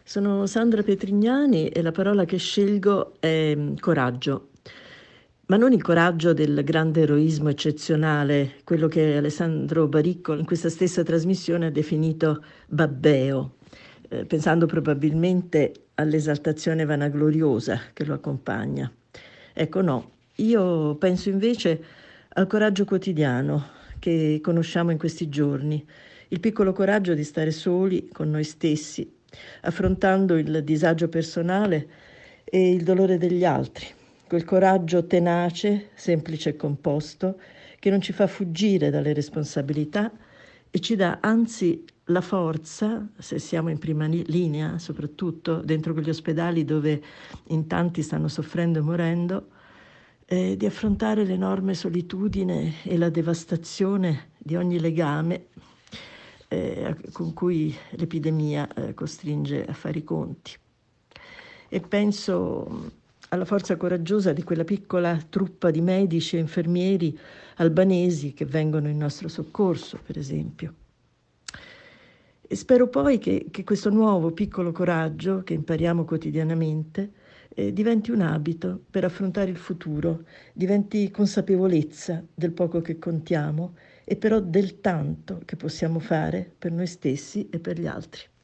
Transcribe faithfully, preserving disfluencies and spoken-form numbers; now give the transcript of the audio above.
Sono Sandra Petrignani e la parola che scelgo è mm, coraggio, ma non il coraggio del grande eroismo eccezionale, quello che Alessandro Baricco in questa stessa trasmissione ha definito babbeo, eh, pensando probabilmente all'esaltazione vanagloriosa che lo accompagna. Ecco, no, io penso invece al coraggio quotidiano che conosciamo in questi giorni, il piccolo coraggio di stare soli con noi stessi, affrontando il disagio personale e il dolore degli altri, quel coraggio tenace, semplice e composto, che non ci fa fuggire dalle responsabilità e ci dà anzi la forza, se siamo in prima linea, soprattutto dentro quegli ospedali dove in tanti stanno soffrendo e morendo, eh, di affrontare l'enorme solitudine e la devastazione di ogni legame eh, con cui l'epidemia eh, costringe a fare i conti. E penso alla forza coraggiosa di quella piccola truppa di medici e infermieri albanesi che vengono in nostro soccorso, per esempio. E spero poi che, che questo nuovo piccolo coraggio che impariamo quotidianamente eh, diventi un abito per affrontare il futuro, diventi consapevolezza del poco che contiamo e però del tanto che possiamo fare per noi stessi e per gli altri.